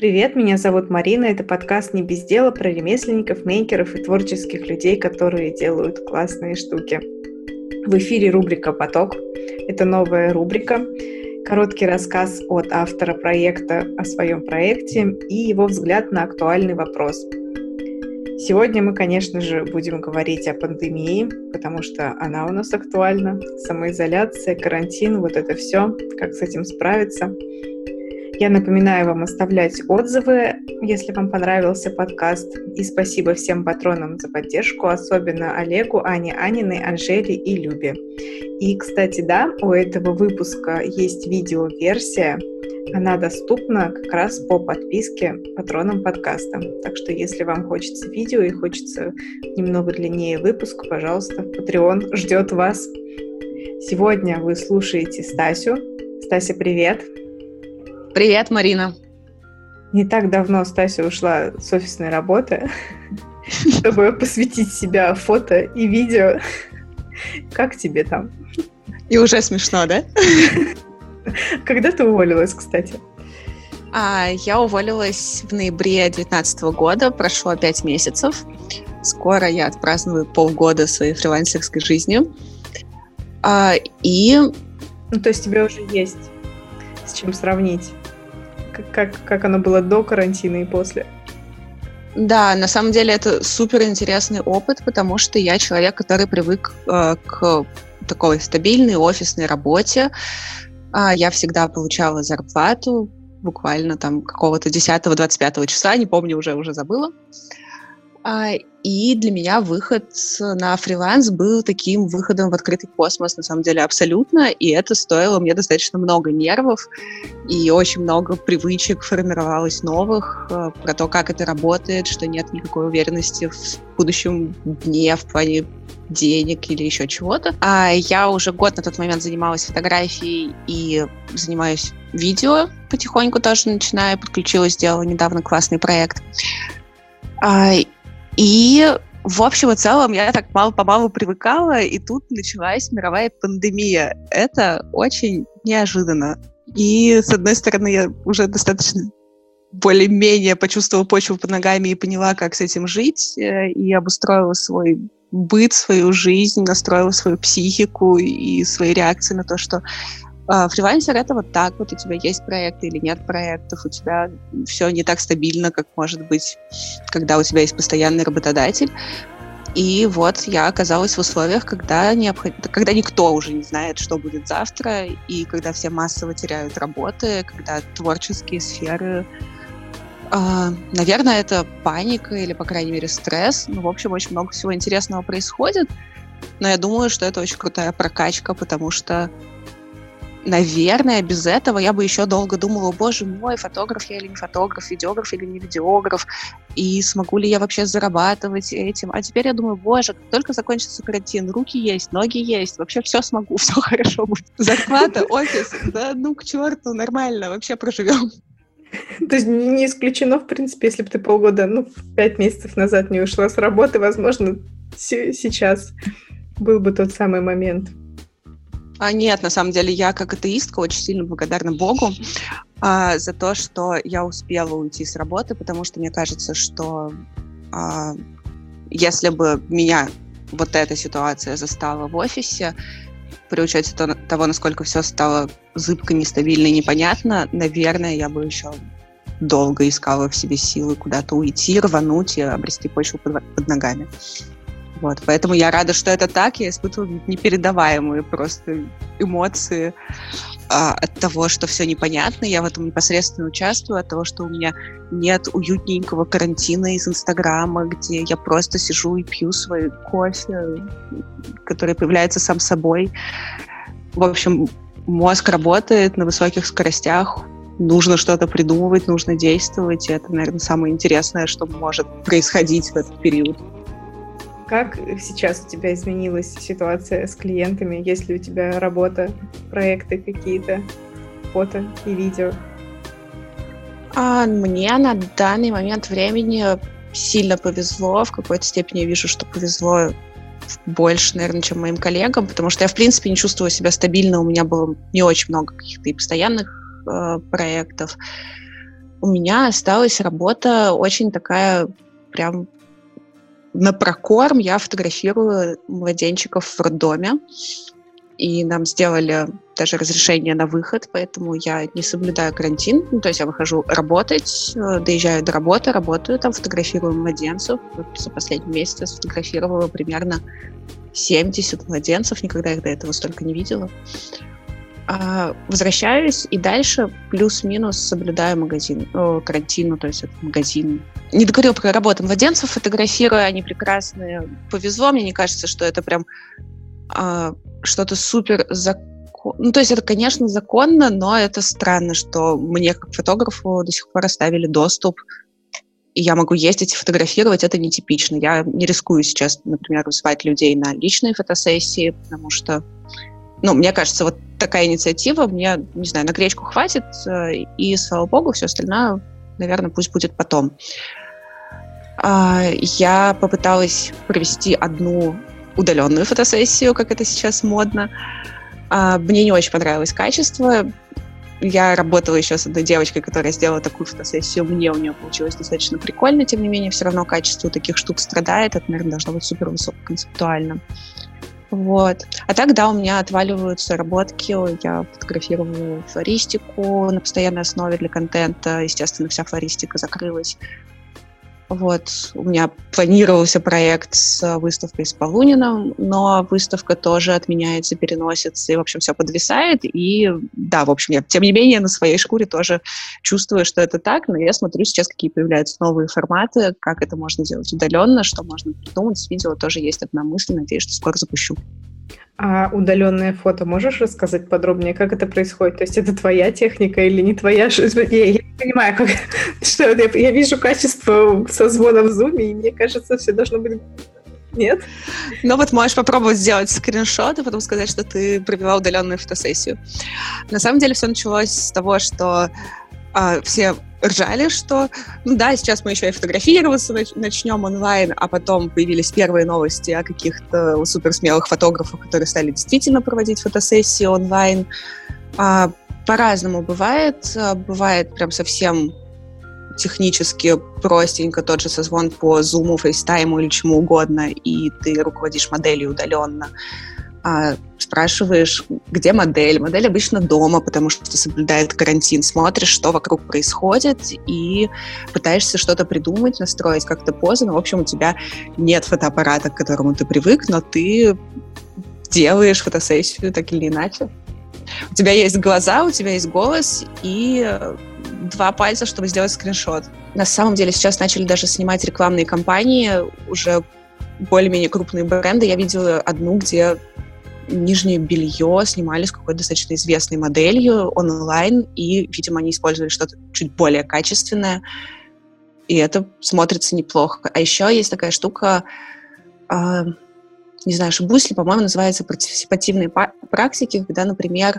Привет, меня зовут Марина. Это подкаст «Не без дела» про ремесленников, мейкеров и творческих людей, которые делают классные штуки. В эфире рубрика «Поток». Это новая рубрика, короткий рассказ от автора проекта о своем проекте и его взгляд на актуальный вопрос. Сегодня мы, конечно же, будем говорить о пандемии, потому что она у нас актуальна. Самоизоляция, карантин, вот это все, как с этим справиться. Я напоминаю вам оставлять отзывы, если вам понравился подкаст. И спасибо всем патронам за поддержку, особенно Олегу, Ане Аниной, Анжеле и Любе. И, кстати, да, у этого выпуска есть видеоверсия. Она доступна как раз по подписке патронам подкаста. Так что, если вам хочется видео и хочется немного длиннее выпуск, пожалуйста, Patreon ждет вас. Сегодня вы слушаете Стасю. Стася, привет! Привет, Марина. Не так давно Стася ушла с офисной работы, чтобы посвятить себя фото и видео. Как тебе там? И уже смешно, да? Когда ты уволилась, кстати? Я уволилась в ноябре 2019 года, прошло 5 месяцев. Скоро я отпраздную полгода своей фрилансерской жизни. То есть тебе уже есть с чем сравнить? Как оно было до карантина и после? Да, на самом деле это суперинтересный опыт, потому что я человек, который привык к такой стабильной офисной работе. Я всегда получала зарплату буквально там какого-то 10-25 числа, не помню, уже забыла. И для меня выход на фриланс был таким выходом в открытый космос, на самом деле, абсолютно. И это стоило мне достаточно много нервов, и очень много привычек формировалось новых про то, как это работает, что нет никакой уверенности в будущем дне в плане денег или еще чего-то. Я уже год на тот момент занималась фотографией и занимаюсь видео потихоньку тоже начинаю. Подключилась, сделала недавно классный проект. И в общем и целом я так мало-помалу привыкала, и тут началась мировая пандемия. Это очень неожиданно. И, с одной стороны, я уже достаточно более-менее почувствовала почву под ногами и поняла, как с этим жить, и обустроила свой быт, свою жизнь, настроила свою психику и свои реакции на то, что фрилансер — это вот так вот, у тебя есть проекты или нет проектов, у тебя все не так стабильно, как может быть, когда у тебя есть постоянный работодатель. И вот я оказалась в условиях, когда никто уже не знает, что будет завтра, и когда все массово теряют работы, когда творческие сферы... наверное, это паника или, по крайней мере, стресс. В общем, очень много всего интересного происходит, но я думаю, что это очень крутая прокачка, потому что наверное, без этого я бы еще долго думала: боже мой, фотограф я или не фотограф, видеограф или не видеограф, и смогу ли я вообще зарабатывать этим. А теперь я думаю: боже, как только закончится карантин, руки есть, ноги есть, вообще все смогу, все хорошо будет. Зарплата, офис, да ну к черту, нормально, вообще проживем. То есть не исключено, в принципе, если бы ты полгода, 5 месяцев назад не ушла с работы, возможно, сейчас был бы тот самый момент. Нет, на самом деле я как атеистка очень сильно благодарна Богу за то, что я успела уйти с работы, потому что мне кажется, что если бы меня вот эта ситуация застала в офисе, при учете того, насколько все стало зыбко, нестабильно и непонятно, наверное, я бы еще долго искала в себе силы куда-то уйти, рвануть и обрести почву под ногами. Вот, поэтому я рада, что это так. Я испытываю непередаваемые просто эмоции от того, что все непонятно. Я в этом непосредственно участвую, от того, что у меня нет уютненького карантина из Инстаграма, где я просто сижу и пью свой кофе, который появляется сам собой. В общем, мозг работает на высоких скоростях. Нужно что-то придумывать, нужно действовать. И это, наверное, самое интересное, что может происходить в этот период. Как сейчас у тебя изменилась ситуация с клиентами? Есть ли у тебя работа, проекты какие-то, фото и видео? Мне на данный момент времени сильно повезло. В какой-то степени я вижу, что повезло больше, наверное, чем моим коллегам, потому что я, в принципе, не чувствую себя стабильно. У меня было не очень много каких-то и постоянных проектов. у меня осталась работа очень такая прям на прокорм. Я фотографирую младенчиков в роддоме, и нам сделали даже разрешение на выход, поэтому я не соблюдаю карантин. Ну, то есть я выхожу работать, доезжаю до работы, работаю там, фотографирую младенцев. Вот за последний месяц я сфотографировала примерно 70 младенцев, никогда их до этого столько не видела. Возвращаюсь и дальше плюс-минус соблюдаю карантин, ну, то есть это магазин. Не договорила про работу. Младенцев фотографирую, они прекрасные. Повезло, мне не кажется, что это прям что-то супер ну, то есть это, конечно, законно, но это странно, что мне как фотографу до сих пор оставили доступ, и я могу ездить и фотографировать, это нетипично. Я не рискую сейчас, например, вызывать людей на личные фотосессии, потому что, ну, мне кажется, вот такая инициатива мне, не знаю, на гречку хватит, и, слава богу, все остальное, наверное, пусть будет потом. Я попыталась провести одну удаленную фотосессию, как это сейчас модно. Мне не очень понравилось качество. Я работала еще с одной девочкой, которая сделала такую фотосессию. У нее получилось достаточно прикольно, тем не менее, все равно качество таких штук страдает. Это, наверное, должно быть супер высококонцептуально. Вот. А так, да, у меня отваливаются работки. Я фотографирую флористику на постоянной основе для контента. Естественно, вся флористика закрылась. Вот. У меня планировался проект с выставкой с Полуниным, но выставка тоже отменяется, переносится, и, в общем, все подвисает. И, да, в общем, я, тем не менее, на своей шкуре тоже чувствую, что это так, но я смотрю сейчас, какие появляются новые форматы, как это можно делать удаленно, что можно придумать. С видео тоже есть одна мысль, надеюсь, что скоро запущу. А удаленное фото можешь рассказать подробнее, как это происходит? То есть это твоя техника или не твоя? Я не понимаю, как, что я вижу качество созвона в Zoom, и мне кажется, все должно быть... Нет? Ну вот можешь попробовать сделать скриншот и потом сказать, что ты провела удаленную фотосессию. На самом деле все началось с того, что все ржали, что, ну да, сейчас мы еще и фотографироваться начнем онлайн, а потом появились первые новости о каких-то суперсмелых фотографах, которые стали действительно проводить фотосессии онлайн. По-разному бывает. Бывает прям совсем технически простенько, тот же созвон по Zoom, FaceTime или чему угодно, и ты руководишь моделью удаленно. Спрашиваешь, где модель? Модель обычно дома, потому что соблюдает карантин. Смотришь, что вокруг происходит, и пытаешься что-то придумать, настроить как-то позу. Но, в общем, у тебя нет фотоаппарата, к которому ты привык, но ты делаешь фотосессию так или иначе. У тебя есть глаза, у тебя есть голос и 2 пальца, чтобы сделать скриншот. На самом деле сейчас начали даже снимать рекламные кампании, уже более-менее крупные бренды. Я видела одну, где нижнее белье снимали с какой-то достаточно известной моделью онлайн, и, видимо, они использовали что-то чуть более качественное, и это смотрится неплохо. А еще есть такая штука, не знаю, ошибусь ли, по-моему, называется партиципативные практики, когда, например,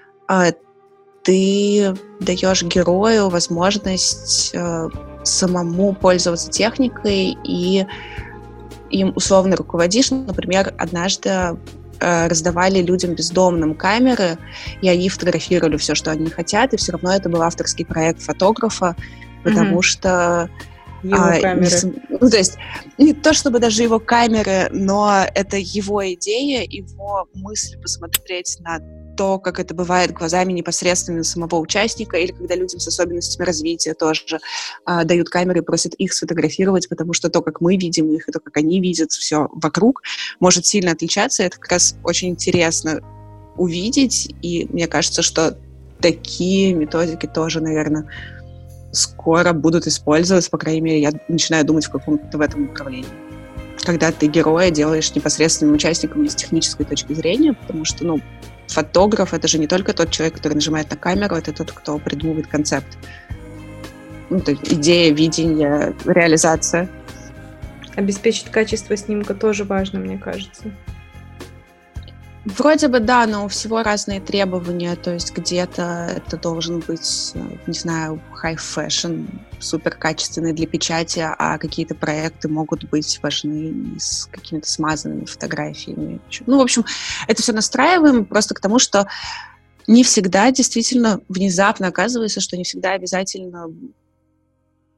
ты даешь герою возможность самому пользоваться техникой и им условно руководишь. Например, однажды раздавали людям бездомным камеры, и они фотографировали все, что они хотят, и все равно это был авторский проект фотографа, потому что... Его камеры. Ну, то есть, не то чтобы даже его камеры, но это его идея, его мысль посмотреть на то, как это бывает глазами непосредственно самого участника, или когда людям с особенностями развития тоже дают камеры и просят их сфотографировать, потому что то, как мы видим их, и то, как они видят все вокруг, может сильно отличаться. Это как раз очень интересно увидеть, и мне кажется, что такие методики тоже, наверное, скоро будут использоваться, по крайней мере, я начинаю думать в этом направлении. Когда ты героя делаешь непосредственным участником с технической точки зрения, потому что, ну, фотограф — это же не только тот человек, который нажимает на камеру, это тот, кто придумывает концепт. Ну, то есть идея, видение, реализация. Обеспечить качество снимка тоже важно, мне кажется. Вроде бы да, но у всего разные требования, то есть где-то это должен быть, не знаю, high fashion, супер качественный для печати, а какие-то проекты могут быть важны с какими-то смазанными фотографиями. Ну, в общем, это все настраиваем просто к тому, что не всегда действительно внезапно оказывается, что не всегда обязательно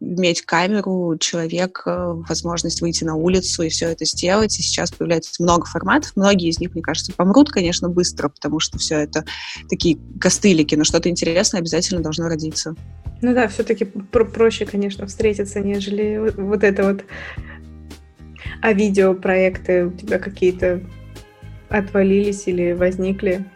иметь камеру, человек, возможность выйти на улицу и все это сделать. И сейчас появляется много форматов. Многие из них, мне кажется, помрут, конечно, быстро, потому что все это такие костылики, но что-то интересное обязательно должно родиться. Ну да, все-таки проще, конечно, встретиться, нежели вот это вот. А видеопроекты у тебя какие-то отвалились или возникли?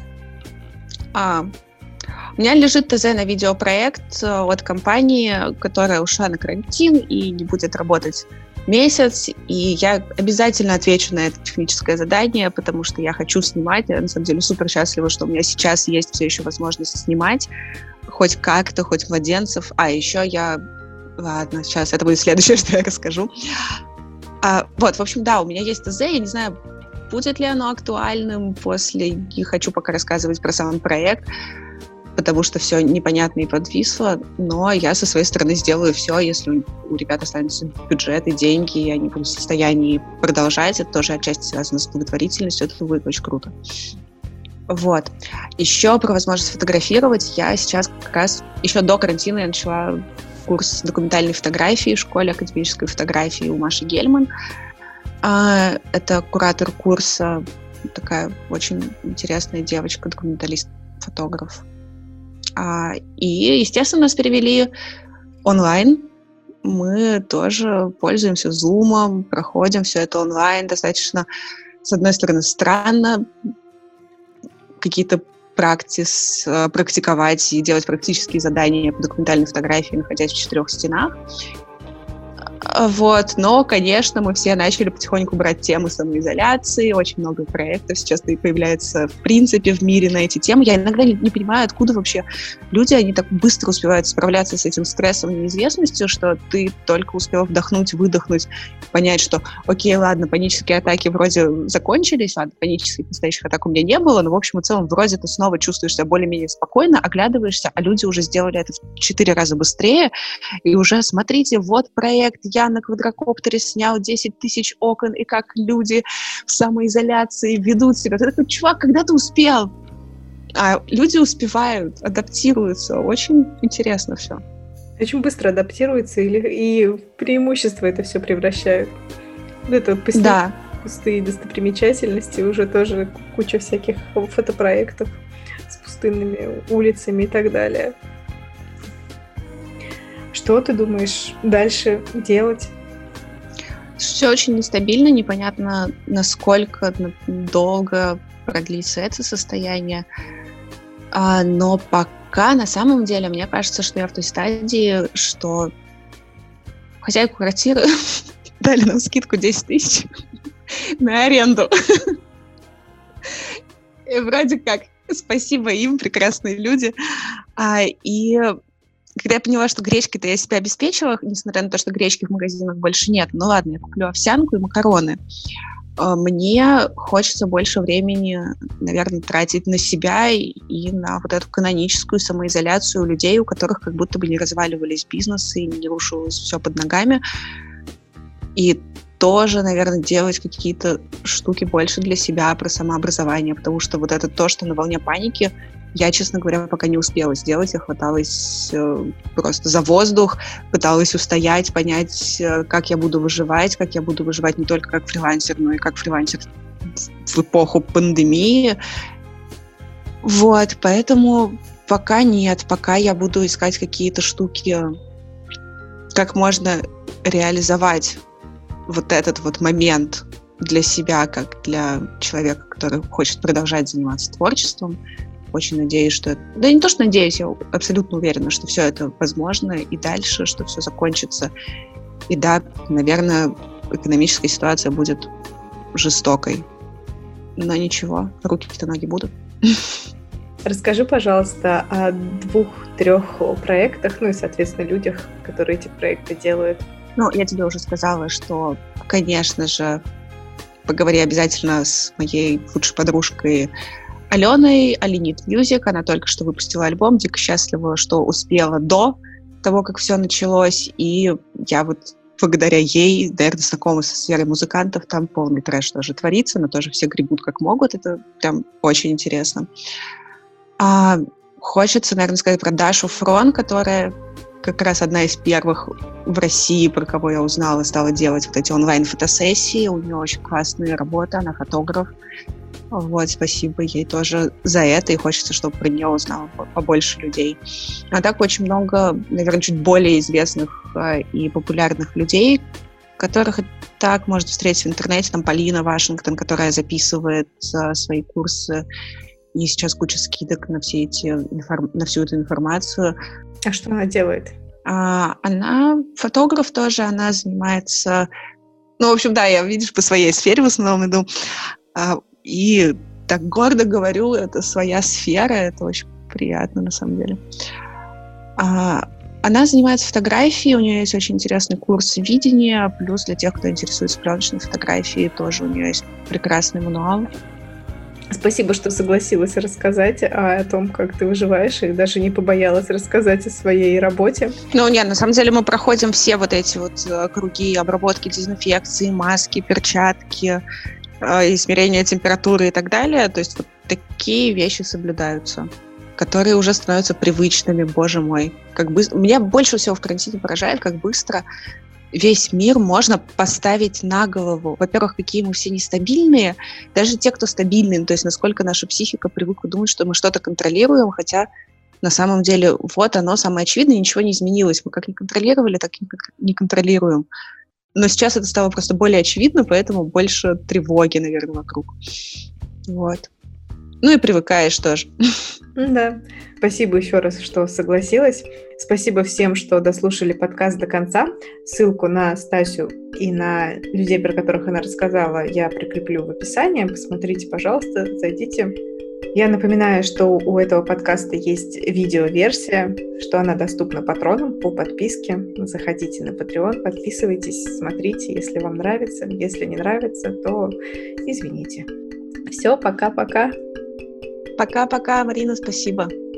У меня лежит ТЗ на видеопроект от компании, которая ушла на карантин и не будет работать месяц, и я обязательно отвечу на это техническое задание, потому что я хочу снимать. Я, на самом деле, супер счастлива, что у меня сейчас есть все еще возможность снимать, хоть как-то, хоть младенцев. Еще я... Ладно, сейчас это будет следующее, что я расскажу. В общем, да, у меня есть ТЗ, я не знаю, будет ли оно актуальным после... Не хочу пока рассказывать про сам проект, потому что все непонятно и подвисло, но я со своей стороны сделаю все, если у ребят останется бюджет и деньги, и они будут в состоянии продолжать. Это тоже отчасти связано с благотворительностью, это будет очень круто. Вот. Еще про возможность фотографировать. Я сейчас как раз, еще до карантина я начала курс документальной фотографии в школе академической фотографии у Маши Гельман. Это куратор курса, такая очень интересная девочка, документалист-фотограф. И, естественно, нас перевели онлайн. Мы тоже пользуемся Zoom, проходим все это онлайн. Достаточно, с одной стороны, странно какие-то практиковать и делать практические задания по документальной фотографии, находясь в 4 стенах. Но, конечно, мы все начали потихоньку брать темы самоизоляции, очень много проектов сейчас появляется в принципе в мире на эти темы. Я иногда не понимаю, откуда вообще люди, они так быстро успевают справляться с этим стрессом и неизвестностью, что ты только успел вдохнуть, выдохнуть, понять, что окей, ладно, панические атаки вроде закончились, ладно, панических настоящих атак у меня не было, но в общем и целом вроде ты снова чувствуешь себя более-менее спокойно, оглядываешься, а люди уже сделали это в 4 раза быстрее, и уже, смотрите, вот проект, я на квадрокоптере снял 10 тысяч окон, и как люди в самоизоляции ведут себя. Ты такой, чувак, когда ты успел? А люди успевают, адаптируются. Очень интересно все. Очень быстро адаптируются и в преимущество это все превращают. Это вот пустые достопримечательности, уже тоже куча всяких фотопроектов с пустынными улицами и так далее. Что ты думаешь дальше делать? Все очень нестабильно, непонятно, насколько долго продлится это состояние. Но пока, на самом деле, мне кажется, что я в той стадии, что хозяйку квартиры дали нам скидку 10 тысяч на аренду. И вроде как спасибо им, прекрасные люди. И когда я поняла, что гречкой-то я себя обеспечила, несмотря на то, что гречки в магазинах больше нет, ну ладно, я куплю овсянку и макароны. Мне хочется больше времени, наверное, тратить на себя и на вот эту каноническую самоизоляцию людей, у которых как будто бы не разваливались бизнесы, не рушилось все под ногами. И тоже, наверное, делать какие-то штуки больше для себя, про самообразование, потому что вот это то, что на волне паники, я, честно говоря, пока не успела сделать. Я хваталась просто за воздух, пыталась устоять, понять, как я буду выживать не только как фрилансер, но и как фрилансер в эпоху пандемии. Вот, поэтому пока нет, пока я буду искать какие-то штуки, как можно реализовать вот этот вот момент для себя, как для человека, который хочет продолжать заниматься творчеством. Очень надеюсь, что... Да не то, что надеюсь, я абсолютно уверена, что все это возможно и дальше, что все закончится. И да, наверное, экономическая ситуация будет жестокой. Но ничего, руки-то ноги будут. Расскажи, пожалуйста, о 2-3 проектах, ну и, соответственно, людях, которые эти проекты делают. Ну, я тебе уже сказала, что, конечно же, поговори обязательно с моей лучшей подружкой Аленой, Alinit Music. Она только что выпустила альбом, дико счастлива, что успела до того, как все началось. И я вот благодаря ей, наверное, знакома со сферой музыкантов. Там полный трэш тоже творится, но тоже все гребут как могут. Это прям очень интересно. Хочется, наверное, сказать про Дашу Фрон, которая как раз одна из первых в России, про кого я узнала, стала делать вот эти онлайн-фотосессии. У нее очень классные работы, она фотограф. Вот, спасибо ей тоже за это, и хочется, чтобы про нее узнало побольше людей. А так очень много, наверное, чуть более известных и популярных людей, которых так можно встретить в интернете. Там Полина Вашингтон, которая записывает свои курсы, и сейчас куча скидок на на всю эту информацию. А что она делает? Она фотограф тоже, она занимается... Ну, в общем, да, я, видишь, по своей сфере в основном иду. И так гордо говорю, это своя сфера, это очень приятно на самом деле. Она занимается фотографией, у нее есть очень интересный курс видения, плюс для тех, кто интересуется пленочной фотографией, тоже у нее есть прекрасный мануал. Спасибо, что согласилась рассказать о том, как ты выживаешь, и даже не побоялась рассказать о своей работе. Ну, нет, на самом деле мы проходим все вот эти вот круги обработки, дезинфекции, маски, перчатки, измерения температуры и так далее. То есть вот такие вещи соблюдаются, которые уже становятся привычными, боже мой. Меня больше всего в карантине поражает, как быстро весь мир можно поставить на голову. Во-первых, какие мы все нестабильные, даже те, кто стабильные, то есть насколько наша психика привыкла думать, что мы что-то контролируем, хотя на самом деле вот оно самое очевидное, ничего не изменилось. Мы как не контролировали, так и не контролируем. Но сейчас это стало просто более очевидно, поэтому больше тревоги, наверное, вокруг. Вот. Ну и привыкаешь тоже. Да. Спасибо еще раз, что согласилась. Спасибо всем, что дослушали подкаст до конца. Ссылку на Стасю и на людей, про которых она рассказала, я прикреплю в описании. Посмотрите, пожалуйста, зайдите. Я напоминаю, что у этого подкаста есть видеоверсия, что она доступна патронам по подписке. Заходите на Patreon, подписывайтесь, смотрите, если вам нравится. Если не нравится, то извините. Все, пока-пока. Пока-пока, Марина, спасибо.